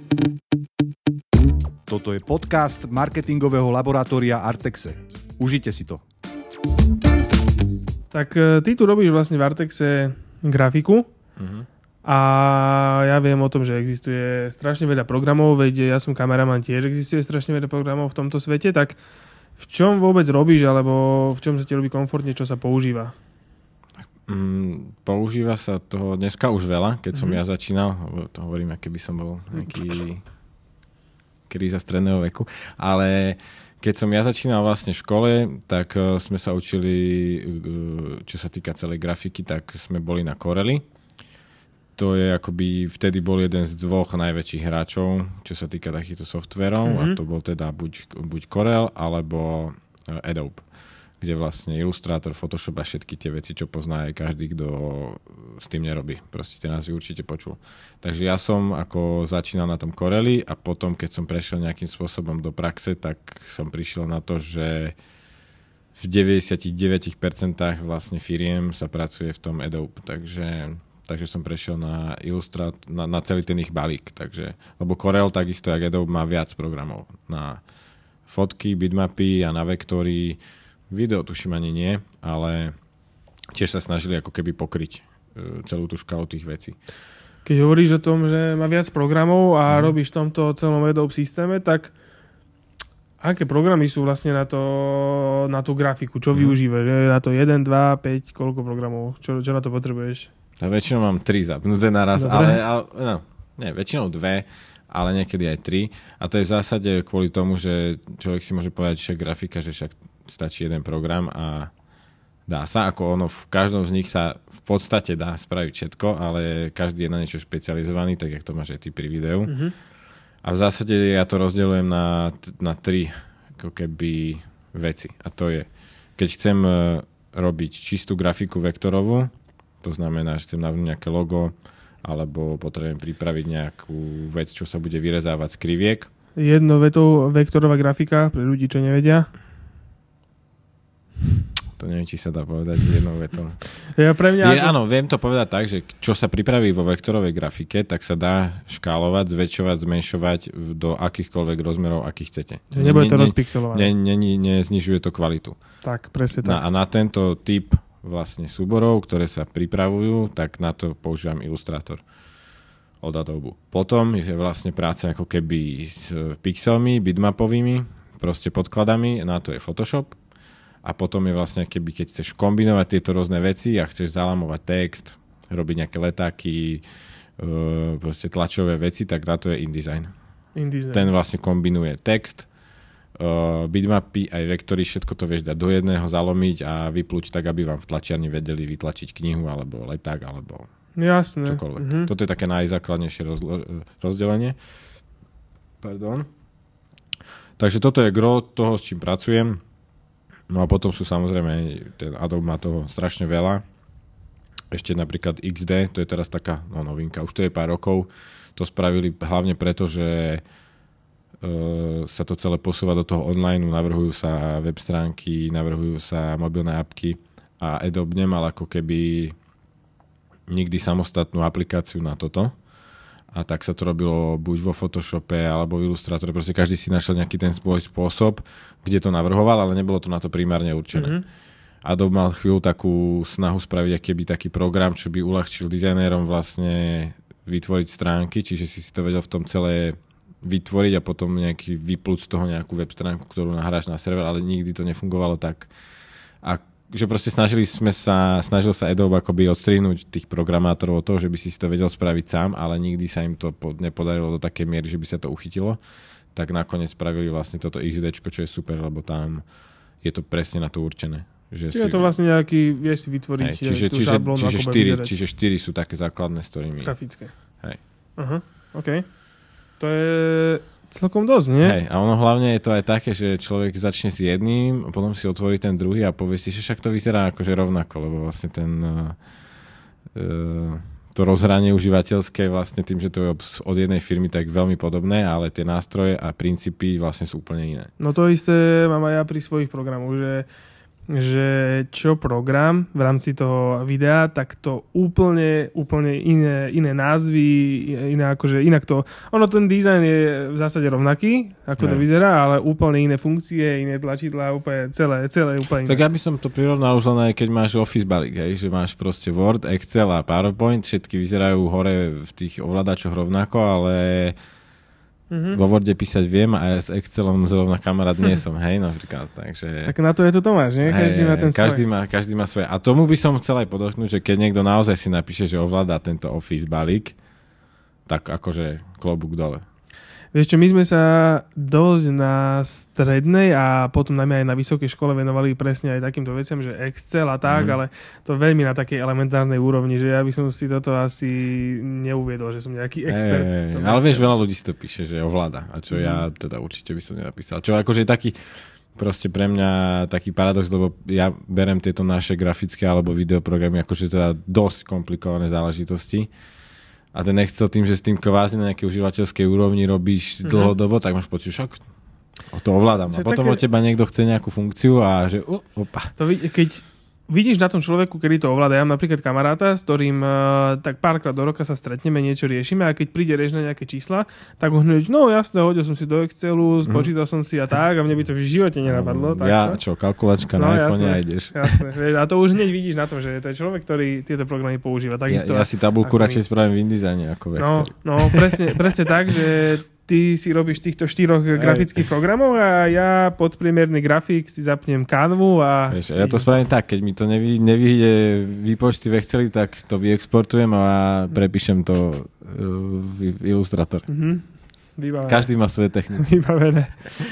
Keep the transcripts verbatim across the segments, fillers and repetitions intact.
Toto je podcast marketingového laboratória Artexe. Užite si to. Tak ty tu robíš vlastne v Artexe grafiku uh-huh. a ja viem o tom, že existuje strašne veľa programov, veď ja som kameraman, tiež existuje strašne veľa programov v tomto svete, tak v čom vôbec robíš, alebo v čom sa ti robí komfortne, čo sa používa? Mm, používa sa toho dneska už veľa, keď som uh-huh. ja začínal, to hovorím, keby som bol nejaký kríza stredného veku, ale keď som ja začínal vlastne v škole, tak uh, sme sa učili, uh, čo sa týka celej grafiky, tak sme boli na Coreli. To je akoby, vtedy bol jeden z dvoch najväčších hráčov, čo sa týka takýchto softverov, mm-hmm. a to bol teda buď, buď Corel, alebo uh, Adobe, kde vlastne Illustrator, Photoshop a všetky tie veci, čo pozná aj každý, kto s tým nerobí. Proste tie názvy určite počul. Takže ja som ako začínal na tom Coreli a potom, keď som prešiel nejakým spôsobom do praxe, tak som prišiel na to, že v deväťdesiatdeväť percent vlastne firiem sa pracuje v tom Adobe. Takže, takže som prešiel na Illustrator, na, na celý ten ich balík. Takže, lebo Corel takisto, jak Adobe, má viac programov na fotky, bitmapy a na vektory. Video tuším ani nie, ale tiež sa snažili ako keby pokryť celú tú škálu tých vecí. Keď hovoríš o tom, že má viac programov a mm. robíš v tomto celom Adobe systéme, tak aké programy sú vlastne na, to, na tú grafiku? Čo mm. využívaš? Na to jeden, dva, päť, koľko programov? Čo, čo na to potrebuješ? Ja väčšinou mám tri zapnuté naraz, ale, ale no, nie, väčšinou dve, ale niekedy aj tri. A to je v zásade kvôli tomu, že človek si môže povedať, že grafika, že však stačí jeden program a dá sa, ako ono v každom z nich sa v podstate dá spraviť všetko, ale každý je na niečo špecializovaný, tak jak to máš aj ty pri videu. Mm-hmm. A v zásade ja to rozdeľujem na, na tri ako keby veci. A to je, keď chcem robiť čistú grafiku vektorovú, to znamená, že chcem navrhnúť nejaké logo, alebo potrebujem pripraviť nejakú vec, čo sa bude vyrezávať z kriviek. Jedno vetou vektorová grafika pre ľudí, čo nevedia. To neviem, či sa dá povedať jednou vetou. Ja pre mňa... Je, ako... Áno, viem to povedať tak, že čo sa pripraví vo vektorovej grafike, tak sa dá škálovať, zväčšovať, zmenšovať do akýchkoľvek rozmerov, akých chcete. Že nebude to rozpixelované. Ne, ne, ne, neznižuje to kvalitu. Tak, presne tak. Na, a na tento typ vlastne súborov, ktoré sa pripravujú, tak na to používam Illustrator od Adobe. Potom je vlastne práca ako keby s pixelmi, bitmapovými, proste podkladami, na to je Photoshop. A potom je vlastne, keby keď chceš kombinovať tieto rôzne veci a chceš zalamovať text, robiť nejaké letáky, uh, proste tlačové veci, tak na to je InDesign. InDesign. Ten vlastne kombinuje text, uh, bitmapy, aj vektory, všetko to vieš dať do jedného, zalomiť a vyplúť tak, aby vám v tlačiarni vedeli vytlačiť knihu, alebo leták, alebo Jasné. čokoľvek. Mhm. Toto je také najzákladnejšie rozlo- rozdelenie. Pardon. Takže toto je gro toho, s čím pracujem. No a potom sú samozrejme, ten Adobe má toho strašne veľa. Ešte napríklad iks dé, to je teraz taká no, novinka, už to je pár rokov. To spravili hlavne preto, že e, sa to celé posúva do toho online, navrhujú sa web stránky, navrhujú sa mobilné apky a Adobe nemal ako keby nikdy samostatnú aplikáciu na toto. A tak sa to robilo buď vo Photoshope alebo v Illustratore. Proste každý si našiel nejaký ten svoj spôsob, kde to navrhoval, ale nebolo to na to primárne určené. Mm-hmm. Adobe mal chvíľu takú snahu spraviť akýby taký program, čo by uľahčil dizajnérom vlastne vytvoriť stránky, čiže si si to vedel v tom celé vytvoriť a potom nejaký vyplúť z toho nejakú web stránku, ktorú nahráš na server, ale nikdy to nefungovalo tak. A že proste snažili sme sa, snažil sa Adobe akoby odstrihnúť tých programátorov od toho, že by si to vedel spraviť sám, ale nikdy sa im to nepodarilo do takej miery, že by sa to uchytilo. Tak nakoniec spravili vlastne toto iks dé, čo je super, lebo tam je to presne na to určené. Že čiže si... to vlastne nejaký, vieš si vytvoriť hej, čiže, tú čiže, šablónu, čiže, štyri, čiže štyri sú také základné, s ktorými... Grafické. Hej. Aha, OK. To je... celkom dosť, nie? Hej, a ono hlavne je to aj také, že človek začne s jedným, a potom si otvorí ten druhý a povie si, že však to vyzerá akože rovnako, lebo vlastne ten uh, to rozhranie užívateľské vlastne tým, že to je od jednej firmy, tak veľmi podobné, ale tie nástroje a princípy vlastne sú úplne iné. No to isté mám aj ja pri svojich programoch, že že čo program v rámci toho videa, tak to úplne, úplne iné, iné názvy, iné akože inak to, ono ten dizajn je v zásade rovnaký, ako to vyzerá, ale úplne iné funkcie, iné tlačidlá, úplne celé, celé úplne iné. Tak ja by som to prirovnal už len aj keď máš Office balík, hej, že máš proste Word, Excel a PowerPoint, všetky vyzerajú hore v tých ovládačoch rovnako, ale mm-hmm. vo Worde písať viem a s Excelom zrovna kamarát nie som, hej, napríklad, takže... Tak na to je tu Tomáš, nie? Každý hej, má ten každý svoj. Má, každý má svoje. A tomu by som chcel aj podotknúť, že keď niekto naozaj si napíše, že ovláda tento Office balík, tak akože klobúk dole. Vieš čo, my sme sa dosť na strednej a potom najmä aj na vysokej škole venovali presne aj takýmto veciam, že Excel a tak, mm. ale to veľmi na takej elementárnej úrovni, že ja by som si toto asi neuviedol, že som nejaký expert. Hey, ale vieš, veľa ľudí si to píše, že ovláda. A čo mm. ja teda určite by som nenapísal. Čo akože je taký proste pre mňa taký paradox, lebo ja berem tieto naše grafické alebo videoprogramy akože teda dosť komplikované záležitosti. A ten Excel tým, že s tým kvázi na nejakej užívateľskej úrovni robíš mm-hmm. dlhodobo, tak máš pocit, však to ovládam. A potom také... od teba niekto chce nejakú funkciu a že uh, opa. To vid- keď vidíš na tom človeku, kedy to ovláda, ja mám napríklad kamaráta, s ktorým uh, tak párkrát do roka sa stretneme, niečo riešime a keď príde reč na nejaké čísla, tak on hneď, no jasné, hodil som si do Excelu, spočítal som si a tak a mne by to v živote nenapadlo. Mm, ja, čo, kalkulačka no, na iPhone a ideš. Jasné, vieš, a to už hneď vidíš na tom, že to je človek, ktorý tieto programy používa. Takisto, ja, ja si tabulku radšej spravím v InDesigne ako v Excel. No, no presne, presne tak, že ty si robíš týchto štyroch Ej. grafických programov a ja podpriemerný grafik si zapnem Canvu a... Vieš, ja to spravím tak, keď mi to nevy, nevyjde výpočty v Exceli, tak to vyexportujem a prepíšem to v Illustrator. Mhm. Vybavené. Každý má svoje techniky. Vybavené.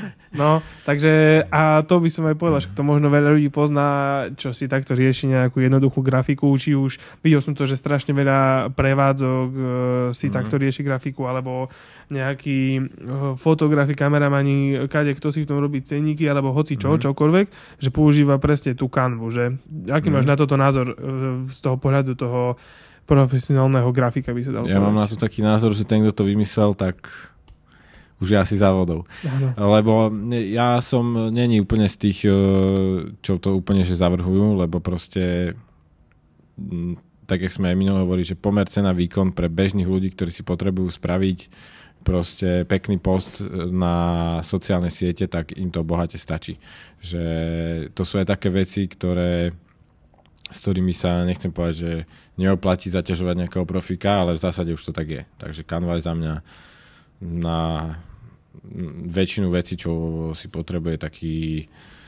No, takže a to by som aj povedal, že to možno veľa ľudí pozná, čo si takto rieši nejakú jednoduchú grafiku, či už videl som to, že strašne veľa prevádzok e, si mm. takto rieši grafiku, alebo nejaký e, fotografi, kameramani, kade, kto si v tom robí cenníky, alebo hoci čo, mm. čokoľvek, že používa presne tú kanvu, že aký mm. máš na toto názor e, z toho pohľadu toho profesionálneho grafika by sa dalo Ja povedať. Mám na to taký názor, že ten, kto to vymyslel, tak už je asi závodov. Ano. Lebo ja som není úplne z tých, čo to úplne že zavrhujú, lebo proste tak, jak sme aj minulé hovorili, že pomer cena výkon pre bežných ľudí, ktorí si potrebujú spraviť proste pekný post na sociálne siete, tak im to bohate stačí. Že to sú aj také veci, ktoré s ktorými sa, nechcem povedať, že neoplatí zaťažovať nejakého profíka, ale v zásade už to tak je. Takže Canva je za mňa na väčšinu vecí, čo si potrebuje taký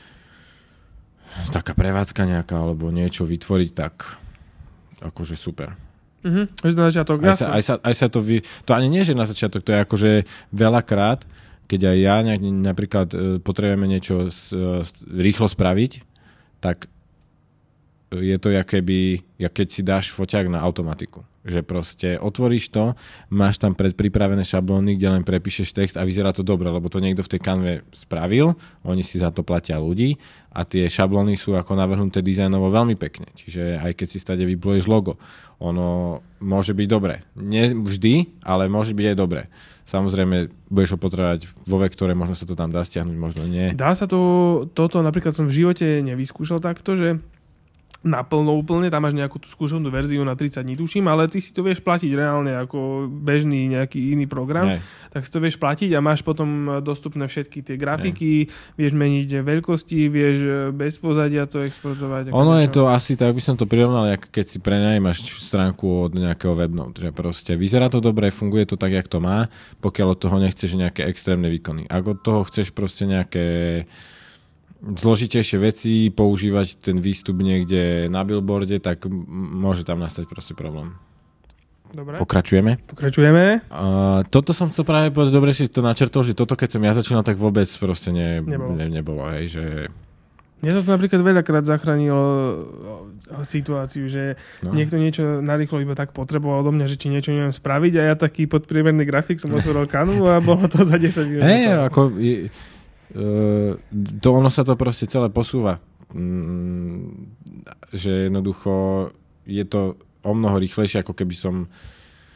taká prevádzka nejaká alebo niečo vytvoriť, tak akože super. Mm-hmm. Na začiatok, aj, sa, aj, sa, aj sa to vy... To ani nie, že na začiatok, to je akože veľakrát, keď aj ja nejak, napríklad potrebujeme niečo s, s, rýchlo spraviť, tak je to jak keby, jak keď si dáš foťák na automatiku. Že proste otvoríš to, máš tam predpripravené šablóny, kde len prepíšeš text a vyzerá to dobre, lebo to niekto v tej kanve spravil, oni si za to platia ľudí a tie šablóny sú ako navrhnuté dizajnovo veľmi pekne. Čiže aj keď si stade vypluješ logo, ono môže byť dobré. Nie vždy, ale môže byť aj dobré. Samozrejme, budeš ho potrebovať vo vektore, možno sa to tam dá stiahnuť, možno nie. Dá sa to, toto napríklad som v živote nevyskúšal takto, že naplno úplne, tam máš nejakú tú skúšovnú verziu na tridsať dní, tuším, ale ty si to vieš platiť reálne ako bežný nejaký iný program, Nej. tak si to vieš platiť a máš potom dostupné všetky tie grafiky, Nej. vieš meniť veľkosti, vieš bez pozadia to exportovať. Ono je to asi, tak by som to prirovnal, jak keď si prenajímaš stránku od nejakého webnote, že proste vyzerá to dobre, funguje to tak, jak to má, pokiaľ od toho nechceš nejaké extrémne výkony. Ak od toho chceš proste nejaké zložitejšie veci, používať ten výstup niekde na billboarde, tak m- môže tam nastať proste problém. Dobre. Pokračujeme? Pokračujeme. Uh, toto som chcel práve povedať, dobre si to načrtol, že toto keď som ja začínal, tak vôbec proste ne, nebolo. Ne, nebolo hej, že... Mne to napríklad veľakrát zachránilo situáciu, že no. niekto niečo narýchlo iba tak potreboval do mňa, že či niečo neviem spraviť a ja taký podpriemerný grafik som otvoril Canvu a bolo to za desať minút. Hej, ako... Je, Uh, to ono sa to proste celé posúva. Mm, že jednoducho je to o mnoho rýchlejšie, ako keby som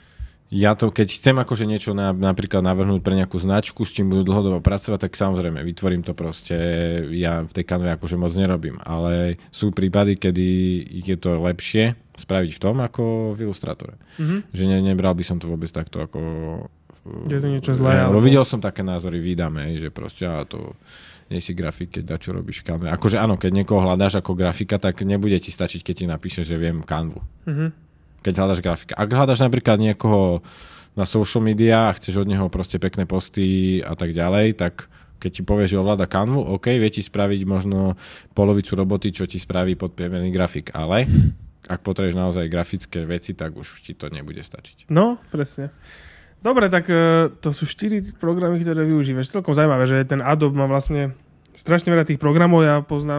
Ja to, keď chcem akože niečo na, napríklad navrhnúť pre nejakú značku, s čím budú dlhodobo pracovať, tak samozrejme vytvorím to proste, ja v tej Canve akože moc nerobím, ale sú prípady, kedy je to lepšie spraviť v tom, ako v Illustrátore. Mm-hmm. Že ne, nebral by som to vôbec takto ako... Je to niečo zlé. Lebo videl som také názory, vydáme, že proste ja to... nie si grafik, keď dačo robíš v Canve. Akože áno, keď niekoho hľadáš ako grafika, tak nebude ti stačiť, keď ti napíše, že viem Canvu. Mm-hmm. Keď hľadaš grafika. Ak hľadaš napríklad niekoho na social media a chceš od neho proste pekné posty a tak ďalej, tak keď ti povie, že ovláda Canvu, OK, vie ti spraviť možno polovicu roboty, čo ti spraví podpriemerný grafik, ale ak potrebuješ naozaj grafické veci, tak už ti to nebude stačiť. No, presne. Dobre, tak to sú štyri programy, ktoré využívaš. Celkom zaujímavé, že ten Adobe má vlastne strašne veľa tých programov, ja poznám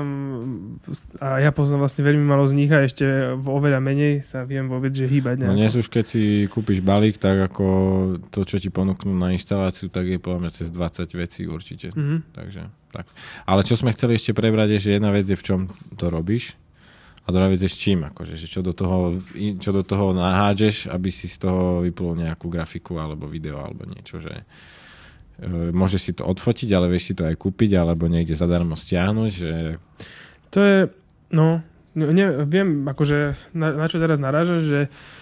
a ja poznám vlastne veľmi malo z nich a ešte oveľa menej sa viem vôbec, že hýbať nejako. No dnes už keď si kúpiš balík, tak ako to, čo ti ponúknú na inštaláciu, tak je poviem cez dvadsať vecí určite. Mm-hmm. Takže tak. Ale čo sme chceli ešte prebrať je, že jedna vec je v čom to robíš a druhá vec je s čím, akože, že čo do toho, čo do toho nahádžeš, aby si z toho vyplul nejakú grafiku alebo video alebo niečo, že môžeš si to odfotiť, ale vieš si to aj kúpiť alebo niekde zadarmo stiahnuť, že... To je, no, ne, viem, akože na, na čo teraz narážaš, že,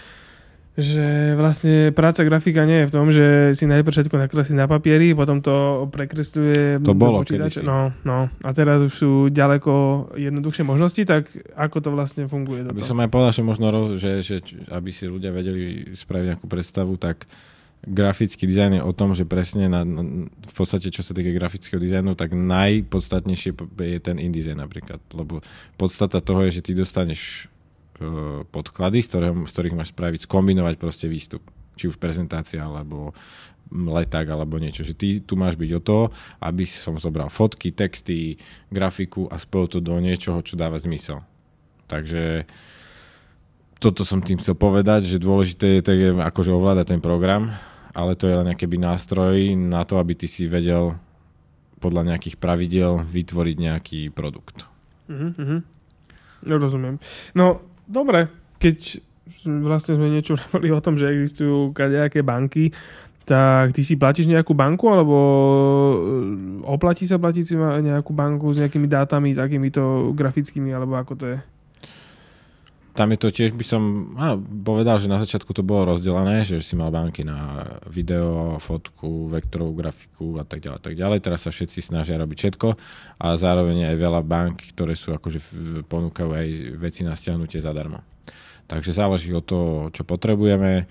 že vlastne práca grafika nie je v tom, že si najprv všetko nakreslí na papieri, potom to prekresluje to bolo počítače. No, no. A teraz už sú ďaleko jednoduchšie možnosti, tak ako to vlastne funguje? Aby som aj povedal, že možno, že, že aby si ľudia vedeli spraviť nejakú predstavu, tak grafický dizajn je o tom, že presne na, na, v podstate, čo sa týka grafického dizajnu, tak najpodstatnejšie je ten InDesign napríklad. Lebo podstata toho je, že ty dostaneš uh, podklady, z, ktorého, z ktorých máš spraviť, skombinovať proste výstup. Či už prezentácia, alebo leták, alebo niečo. Že ty tu máš byť o to, aby som zobral fotky, texty, grafiku a spojil to do niečoho, čo dáva zmysel. Takže toto som tým chcel povedať, že dôležité je tak, akože ovládať ten program, ale to je len nejaký nástroj na to, aby ty si vedel podľa nejakých pravidiel vytvoriť nejaký produkt. Mm-hmm. No, rozumiem. No, dobre, keď vlastne sme niečo hovorili o tom, že existujú nejaké banky, tak ty si platíš nejakú banku, alebo oplatí sa platiť si nejakú banku s nejakými dátami, takýmito grafickými, alebo ako to je? Tam je to tiež, by som á, povedal, že na začiatku to bolo rozdelené, že si mal banky na video, fotku, vektorovú grafiku a tak ďalej, tak ďalej. Teraz sa všetci snažia robiť všetko a zároveň aj veľa bank, ktoré sú akože ponúkajú aj veci na stiahnutie zadarmo. Takže záleží od toho, čo potrebujeme.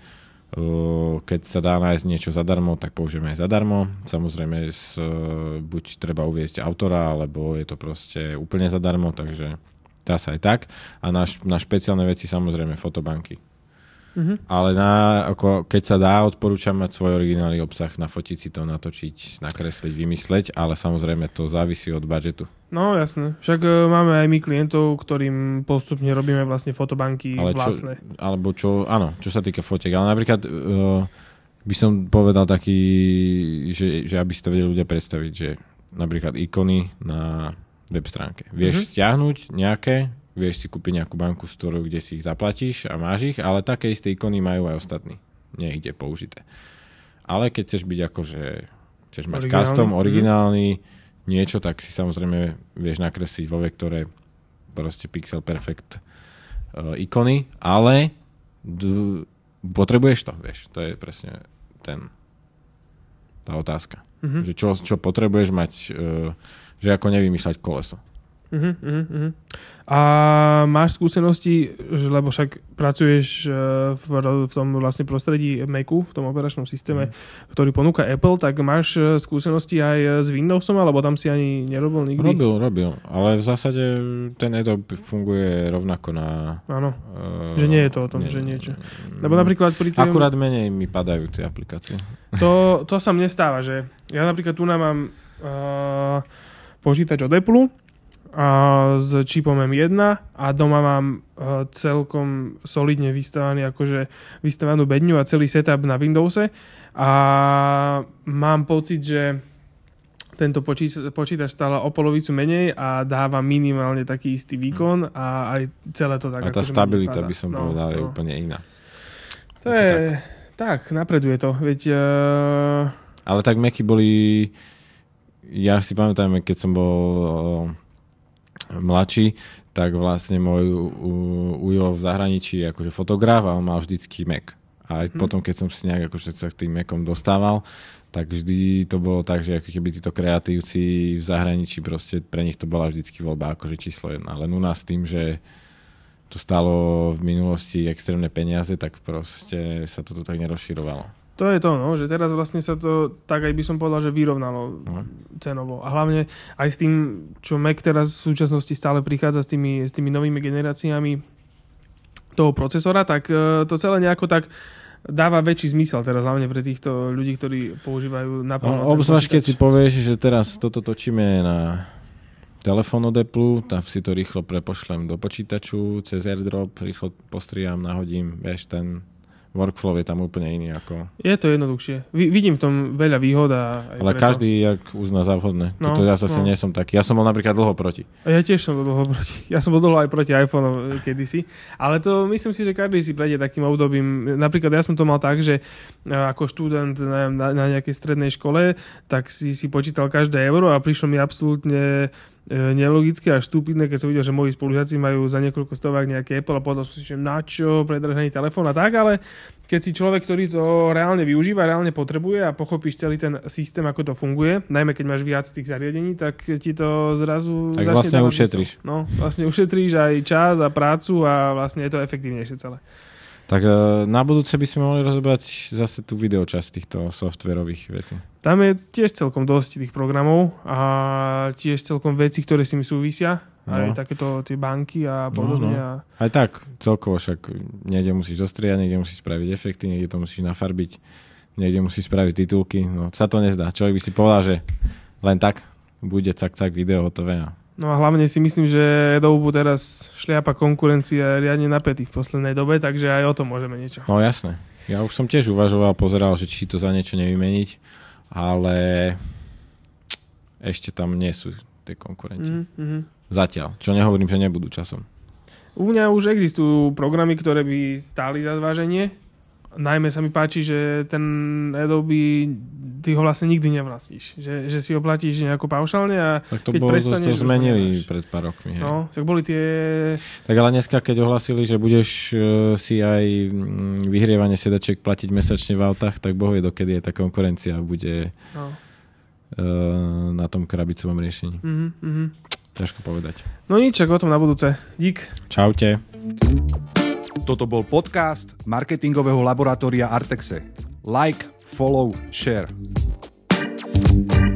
Keď sa dá nájsť niečo zadarmo, tak použijeme aj zadarmo. Samozrejme, z, buď treba uviesť autora, alebo je to proste úplne zadarmo, takže dá sa aj tak. A na, na špeciálne veci samozrejme fotobanky. Mm-hmm. Ale na, ako, keď sa dá, odporúčam mať svoj originálny obsah, nafotiť si to, natočiť, nakresliť, vymysleť, ale samozrejme to závisí od budžetu. No jasné. Však uh, máme aj my klientov, ktorým postupne robíme vlastne fotobanky ale vlastné. Čo, alebo čo, áno, čo sa týka fotiek. Ale napríklad uh, by som povedal taký, že, že aby si to vedeli ľudia predstaviť, že napríklad ikony na web stránke. Vieš mm-hmm. stiahnuť nejaké, vieš si kúpiť nejakú banku, z ktorou, kde si ich zaplatíš a máš ich, ale také isté ikony majú aj ostatní. Nie ich kde použité. Ale keď chceš byť akože, chceš mať originálny. Custom, originálny, mm-hmm. niečo, tak si samozrejme vieš nakresliť vo vektore proste pixel perfect uh, ikony, ale d- potrebuješ to, vieš. To je presne ten tá otázka. Mm-hmm. Že čo, čo potrebuješ mať uh, že ako nevymýšľať koleso. Uh-huh, uh-huh. A máš skúsenosti, že, lebo však pracuješ v, v tom vlastne prostredí Macu, v tom operačnom systéme, uh-huh. ktorý ponúka Apple, tak máš skúsenosti aj s Windowsom, alebo tam si ani nerobil nikdy? Robil, robil, ale v zásade ten Adobe funguje rovnako na... Áno, uh, že nie je to o tom, nie, že niečo. Lebo napríklad pri tým... Akurát menej mi padajú tie aplikácie. To, to sa mne stáva, že ja napríklad tu mám... Uh, počítač od Apple a s čipom em jeden a doma mám uh, celkom solidne vystavaný, akože vystavanú bedňu a celý setup na Windowse a mám pocit, že tento počítač, počítač stále o polovicu menej a dáva minimálne taký istý výkon a aj celé to tak... A tá stabilita by som no, povedal no. je úplne iná. To je, tak, napreduje to. Veď... Uh... Ale tak Macy boli... Ja si pamätám, keď som bol uh, mladší, tak vlastne môj ujo v zahraničí akože fotograf a on mal vždycky Mac. A aj hmm. potom, keď som si nejak akože sa k tým Macom dostával, tak vždy to bolo tak, že ako keby títo kreatívci v zahraničí proste pre nich to bola vždycky voľba akože číslo jedna. Len u nás tým, že to stálo v minulosti extrémne peniaze, tak proste sa toto tak nerozširovalo. To je to, no, že teraz vlastne sa to, tak aj by som povedal, že vyrovnalo no. cenovo. A hlavne aj s tým, čo Mac teraz v súčasnosti stále prichádza s tými, s tými novými generáciami toho procesora, tak to celé nejako tak dáva väčší zmysel teraz, hlavne pre týchto ľudí, ktorí používajú naplno. No, obzvlášť, keď si povieš, že teraz toto točíme na telefón od Apple, tak si to rýchlo prepošlem do počítaču, cez AirDrop, rýchlo postriam, nahodím, vieš, ten workflow je tam úplne iný ako... Je to jednoduchšie. Vidím v tom veľa výhod a... Ale preto... každý, jak uzná za vhodné. No, Toto ja zase no. nie som taký. Ja som bol napríklad dlho proti. A ja tiež som bol dlho proti. Ja som bol dlho aj proti iPhone kedysi. Ale to myslím si, že každý si prejde takým obdobím. Napríklad ja som to mal tak, že ako študent na, na, na nejakej strednej škole, tak si, si počítal každé euro a prišlo mi absolútne nelogické a štúpidné, keď som videl, že moji spolužiaci majú za niekoľko stovák nejaké Apple a potom som si že na čo, predražený telefón a tak, ale keď si človek, ktorý to reálne využíva, reálne potrebuje a pochopíš celý ten systém, ako to funguje, najmä keď máš viac tých zariadení, tak ti to zrazu tak začne vlastne ušetríš. No, vlastne ušetríš aj čas a prácu a vlastne je to efektívnejšie celé. Tak na budúce by sme mohli rozobrať zase tú videočasť týchto softverových vecí. Tam je tiež celkom dosť tých programov a tiež celkom veci, ktoré s tým súvisia. No. Aj takéto tie banky a podobne. No, no. Aj tak, celkovo však niekde musíš zostriať, niekde musíš spraviť efekty, niekde to musíš nafarbiť, niekde musíš spraviť titulky. No, sa to nezdá. Človek by si povedal, že len tak bude cak-cak video hotové. No a hlavne si myslím, že Adobe teraz šliapa konkurencia riadne napätý v poslednej dobe, takže aj o tom môžeme niečo. No jasné. Ja už som tiež uvažoval, pozeral, že či to za niečo nevymeniť, ale ešte tam nie sú tie konkurencie. Mm-hmm. Zatiaľ. Čo nehovorím, že nebudú časom. U mňa už existujú programy, ktoré by stáli za zváženie. Najmä sa mi páči, že ten Adobe, ty ho vlastne nikdy nevlastníš. Že, že si ho platíš nejako paušálne a tak to keď bolo, prestaneš... to zmenili pred pár rokmi. Hej. No, tak boli tie... Tak ale dneska, keď ohlasili, že budeš uh, si aj vyhrievanie sedačiek platiť mesačne v autách, tak boh vie, dokedy je tá konkurencia bude no. uh, na tom krabicovom riešení. Mm-hmm. Ťažko povedať. No nič, o tom na budúce. Dík. Čaute. Toto bol podcast marketingového laboratória Artexe. Like, follow, share.